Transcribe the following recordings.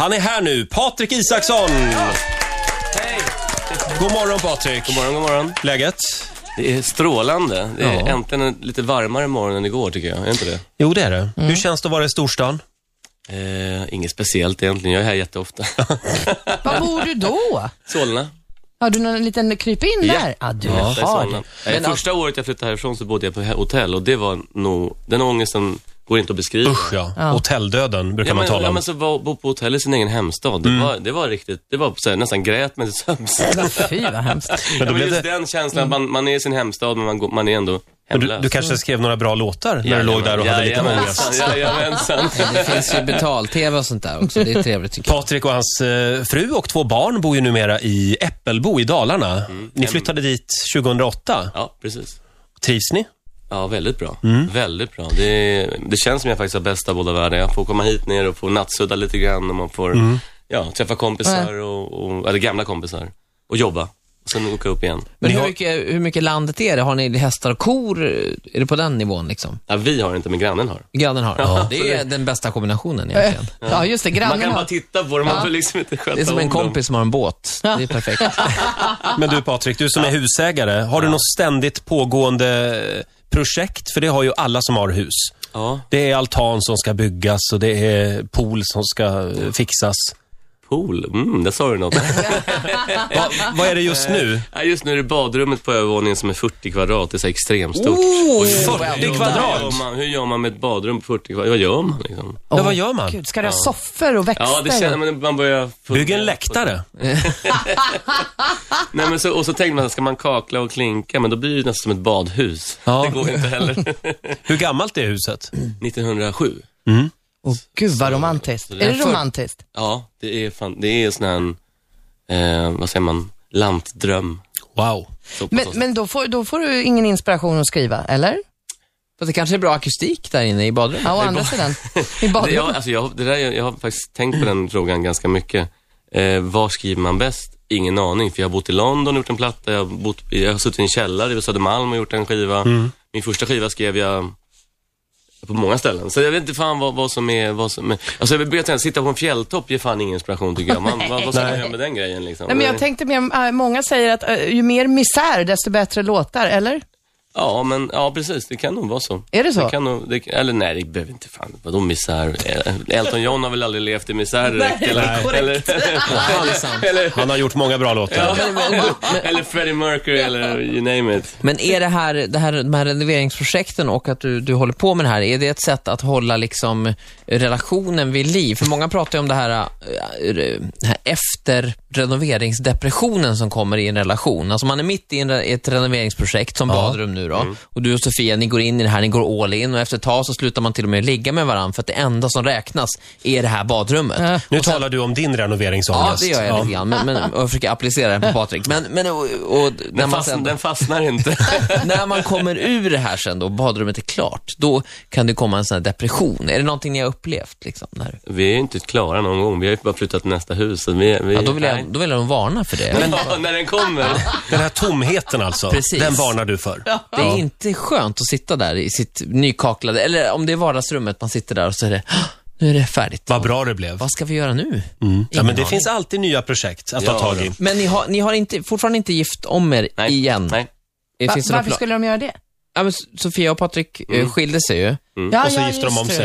Han är här nu, Patrik Isaksson. Hej! God morgon Patrik. God morgon. Läget? Det är strålande. Det är äntligen en lite varmare morgon än igår tycker jag. Är inte det? Jo, det är det. Hur känns det att vara i storstan? Inget speciellt egentligen. Jag är här jätteofta. Var bor du då? Solna. Har du någon liten kryp in där? Ja, du har det. Första året jag flyttade härifrån så bodde jag på hotell. Och det var nog... Den ångesten går inte att beskriva. Usch ja. Hotelldöden brukar man tala om. Ja, men så bo på hotell i sin egen hemstad. Det var riktigt... Det var så här, nästan grät med söms. Fy vad hemskt. Men då blev just det... den känslan att man är i sin hemstad men man är ändå hemlös. Du kanske skrev några bra låtar när du låg där och hade lite ångest. Jajamensan. Det finns ju betal-tv och sånt där också. Det är trevligt tycker jag. Patrik och hans fru och 2 barn bor ju numera i Äppelbo i Dalarna. Ni flyttade dit 2008. Ja, precis. Trivs ni? Ja, väldigt bra. Väldigt bra. Det känns som jag faktiskt har bästa av båda världar. Jag får komma hit ner och få nattsudda lite grann och man får träffa kompisar eller gamla kompisar och jobba. Och sen åka upp igen. Men hur mycket landet är det? Har ni hästar och kor? Är det på den nivån liksom? Ja, vi har inte, men grannen har. Grannen har. Ja. Det är den bästa kombinationen egentligen. Ja, just det. Grannen Man kan har... bara titta på dem. Man får liksom inte sköta. Det är som en kompis som har en båt. Det är perfekt. Men du Patrik, du som är husägare, har du något ständigt pågående projekt? För det har ju alla som har hus. Ja. Det är altan som ska byggas och det är pool som ska fixas. Pool? Där sa du något. Vad är det just nu? Just nu är det badrummet på övervåningen som är 40 kvadrat. Det är så extremt stort. 40 kvadrat? Hur gör man med ett badrum på 40 kvadrat? Vad gör man liksom? Ja, vad gör man? Gud, ska du ha soffor och växter? Ja, det känner man börjar... Bygg en läktare. Nej, men så tänkte man, ska man kakla och klinka? Men då blir det nästan som ett badhus. Ja. Det går inte heller. Hur gammalt är huset? 1907. Gud, vad romantiskt. Är det romantiskt? Ja, det är fan, det är sån här, vad säger man, lantdröm. Wow. Men då får du ingen inspiration att skriva, eller? För det kanske är bra akustik där inne i badrummet. Ja, å andra sidan. I badrummet. Jag har faktiskt tänkt på den frågan ganska mycket. Var skriver man bäst? Ingen aning, för jag har bott i London och gjort en platta. Jag har suttit i en källare i Södermalm och gjort en skiva. Min första skiva skrev jag på många ställen. Så jag vet inte fan vad som är... Alltså jag brukar sitta på en fjälltopp ger fan ingen inspiration tycker jag. Vad ska man göra med den grejen liksom? Nej, men jag tänkte mer, många säger att ju mer misär desto bättre låtar, eller? Ja, precis. Det kan nog vara så. Är det så? Det kan nog, eller nej, det behöver inte fan. Vadå misär? Elton John har väl aldrig levt i misär direkt? Eller, Han har gjort många bra låtar. Ja, eller Freddie Mercury eller you name it. Men är de här renoveringsprojekten och att du håller på med det här, är det ett sätt att hålla liksom relationen vid liv? För många pratar ju om det här efter renoveringsdepressionen som kommer i en relation. Alltså man är mitt i ett renoveringsprojekt som badrum nu då. Och du och Sofia, ni går in i det här, ni går all in och efter ett tag så slutar man till och med ligga med varandra för att det enda som räknas är det här badrummet. Nu talar du om din renoveringsångest. Ja, det gör jag lite grann. Men jag försöker applicera det på Patrik. Den fastnar inte. När man kommer ur det här sen då, badrummet är klart, då kan det komma en sån här depression. Är det någonting ni har upplevt liksom? Vi är inte klara någon gång. Vi har ju bara flyttat till nästa hus. Så då vill jag varna för det. Men när den kommer. Den här tomheten alltså, Precis. Den varnar du för. Det är inte skönt att sitta där i sitt nykaklade, eller om det är vardagsrummet, man sitter där och så är det, nu är det färdigt. Vad bra det blev. Vad ska vi göra nu? Ja, men det finns alltid nya projekt att ta tag i. Men ni har fortfarande inte gift om er igen? Nej. Varför skulle de göra det? Ja, men Sofia och Patrik skilde sig ju. Och så gifter de om sig.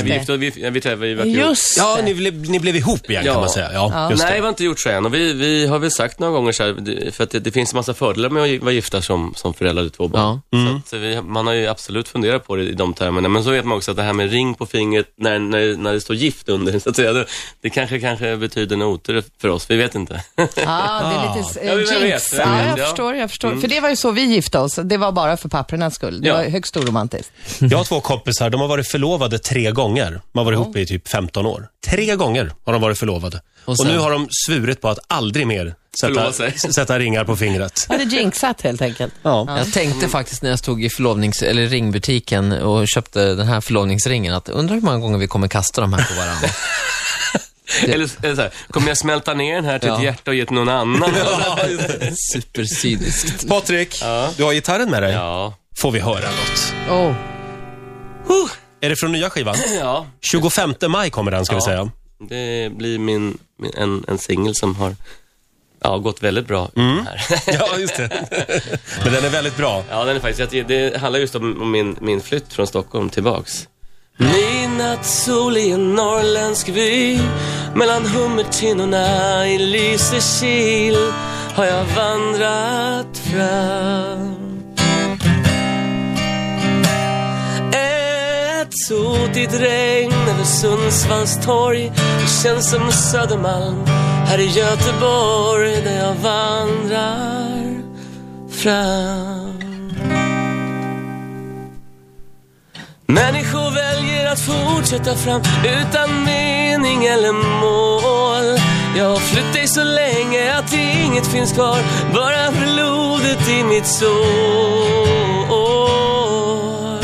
Ni blev ihop igen kan man säga. Nej, vi har inte gjort så än. Och vi har väl sagt några gånger så här, för att det finns en massa fördelar med att vara gifta som föräldrar till 2 barn. Så man har ju absolut funderat på det i de termerna. Men så vet man också att det här med ring på fingret när det står gift under, så att säga, det kanske betyder noter för oss. Vi vet inte. Det är lite jinx. Jag förstår. För det var ju så vi gifte oss. Det var bara för pappernas skull. Det var högst oromantiskt. Jag har 2 kompisar, de har varit förlovade 3 gånger. De har varit ihop i typ 15 år. 3 gånger har de varit förlovade. Och nu har de svurit på att aldrig mer sätta ringar på fingret. Ja, det är jinxat helt enkelt. Ja. Jag tänkte faktiskt när jag stod i ringbutiken och köpte den här förlovningsringen att undrar hur många gånger vi kommer kasta de här på varandra. Eller så här, kommer jag smälta ner den här till ett hjärta och ge till någon annan? Supersydiskt. Patrik, du har gitarren med dig. Ja. Får vi höra något? Oh. Är det från nya skivan? Ja. 25 maj kommer den, ska vi säga. Det blir en singel som har gått väldigt bra här. Ja, just det. Men den är väldigt bra. Ja, den är faktiskt. Det handlar just om min flytt från Stockholm tillbaks. Midnattssol i en norrländsk vy, mellan hummertinnorna i Lysekil har jag vandrat fram. Ett sotigt regn över Sundsvalls torg, det känns som Södermalm här i Göteborg där jag vandrar fram. Människor väljer att fortsätta fram utan mening eller mål. Jag har flytt dig så länge att inget finns kvar, bara blodet i mitt sår.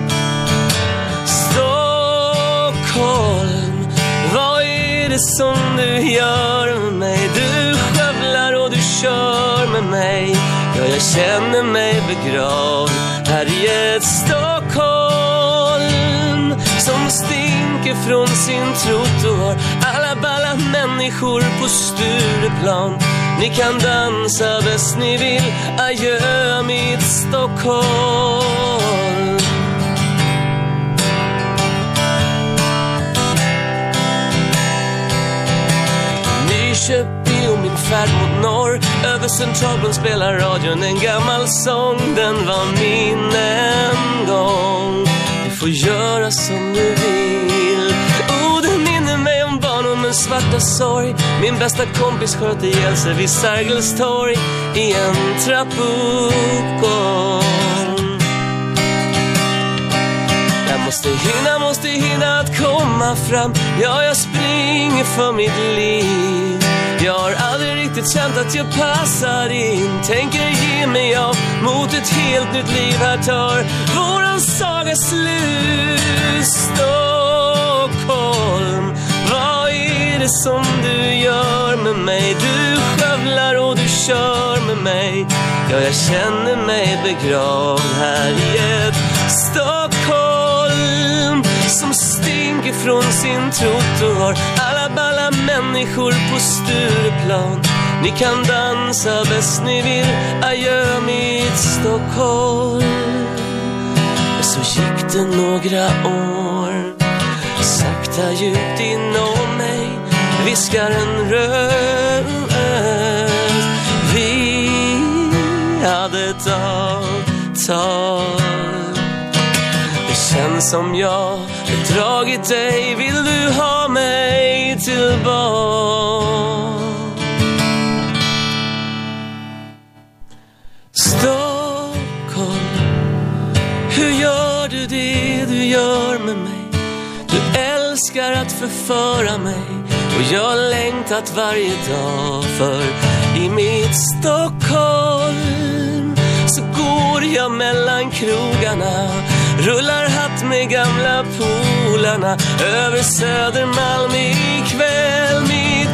Stockholm, vad är det som du gör med mig? Du skövlar och du kör med mig. Ja, jag känner mig begravd här i ett Stockholm som stinker från sin trottoar. Alla balla människor på Stureplan, ni kan dansa bäst ni vill. Adjö mitt Stockholm. Nyköping och min färd mot norr, över Centralbron spelar radion en gammal sång. Den var min en gång. Du får göra som du vill. Den minner mig om barndomens svarta sorg. Min bästa kompis sköt ihjäl sig vid Sergels torg i en trappuppgång. Jag måste hinna att komma fram. Ja, jag springer för mitt liv. Jag har aldrig riktigt känt att jag passar in. Tänker ge mig av mot ett helt nytt liv. Här tar våran saga slut. Stockholm, vad är det som du gör med mig? Du skövlar och du kör med mig. Ja, jag känner mig begravd här i ett Stockholm som stinker från sin trottoar. Alla balla människor på Stureplan, ni kan dansa bäst ni vill. Adjö mitt Stockholm. Så gick det några år, sakta djupt inom mig viskar en röst. Vi hade ett avtal. Det känns som jag bedragit dig. Vill du ha mig tillbaka? Stockholm, hur gör du det du gör med mig? Du älskar att förföra mig och jag längtat varje dag. För i mitt Stockholm så går jag mellan krogarna, rullar hatt med gamla polarna över Södermalm ikväll. Mitt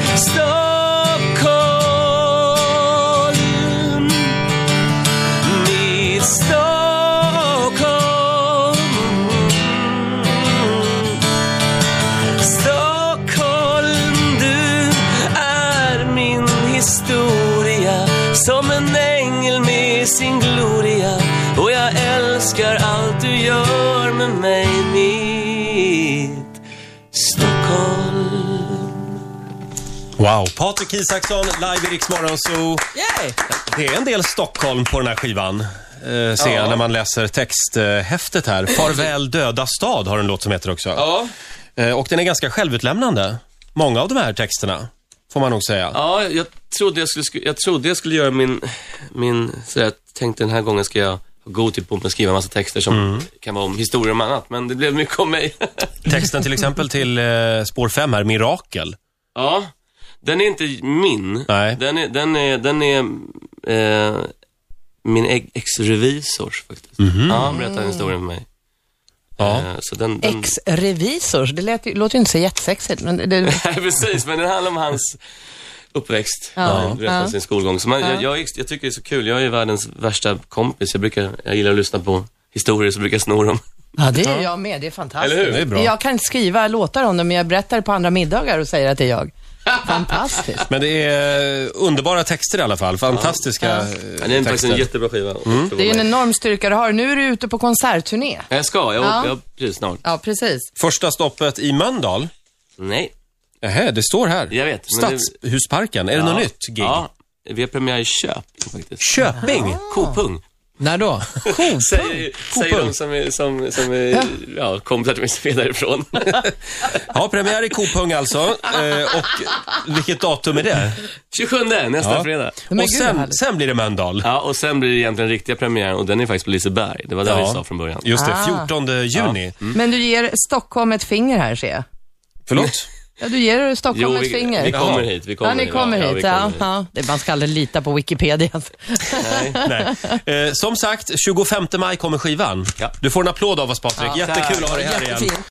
Stockholm, mitt Stockholm. Stockholm, du är min historia, som en ängel med sin gloria. Och jag älskar allt du gör med mig, mitt Stockholm. Wow, Patrik Isaksson, live i Rix Morgon Zoo. Det är en del Stockholm på den här skivan. Ser jag när man läser texthäftet här. Farväl döda stad har en låt som heter också. Ja. Och den är ganska självutlämnande. Många av de här texterna, får man nog säga. Ja, jag trodde jag skulle göra min så jag tänkte den här gången ska jag gå till på att skriva en massa texter som kan vara om historier om annat, men det blev mycket om mig. Texten till exempel till spår 5 här, Mirakel. Ja, den är inte min. Nej. Den är min ex-revisors faktiskt. Ja, han berättade en historia med mig. Ja. Så den... Ex-revisors, det låter ju inte så jättesexigt. Men det... Nej, precis, men den handlar om hans uppväxt. Berättar sin skolgång. Så jag tycker det är så kul. Jag är världens värsta kompis. Jag gillar att lyssna på historier, så brukar jag snor dem. Ja, det är jag med. Det är fantastiskt. Eller hur? Det är bra. Jag kan inte skriva låtar om det, men jag berättar på andra middagar och säger att det är jag. Fantastiskt. Men det är underbara texter i alla fall. Fantastiska Det är faktiskt en jättebra skiva. Det är en enorm styrka du har. Nu är du ute på konsertturné. Jag ska precis snart. Ja, precis. Första stoppet i Mölndal. Nej. Det står här. Jag vet. Stadshusparken. Är det något nytt gig? Ja, vi har premiär i Köping faktiskt. Köping? Kopung. När då? Säger de som är kompisar till mig som är därifrån. Ja, premiär i Kopung alltså. Och vilket datum är det? 27 nästa fredag. Och sen blir det Mölndal. Ja, och sen blir det egentligen riktiga premiär. Och den är faktiskt på Liseberg. Det var där vi sa från början. Just det, 14 juni. Men du ger Stockholm ett finger här, ser jag. Förlåt? Ja, du ger Stockholm ett finger. Vi kommer hit. Ni kommer hit. Ja. Man ska aldrig lita på Wikipedia. Nej. Som sagt, 25 maj kommer skivan. Ja. Du får en applåd av oss, Patrik. Jättekul att ha dig här igen.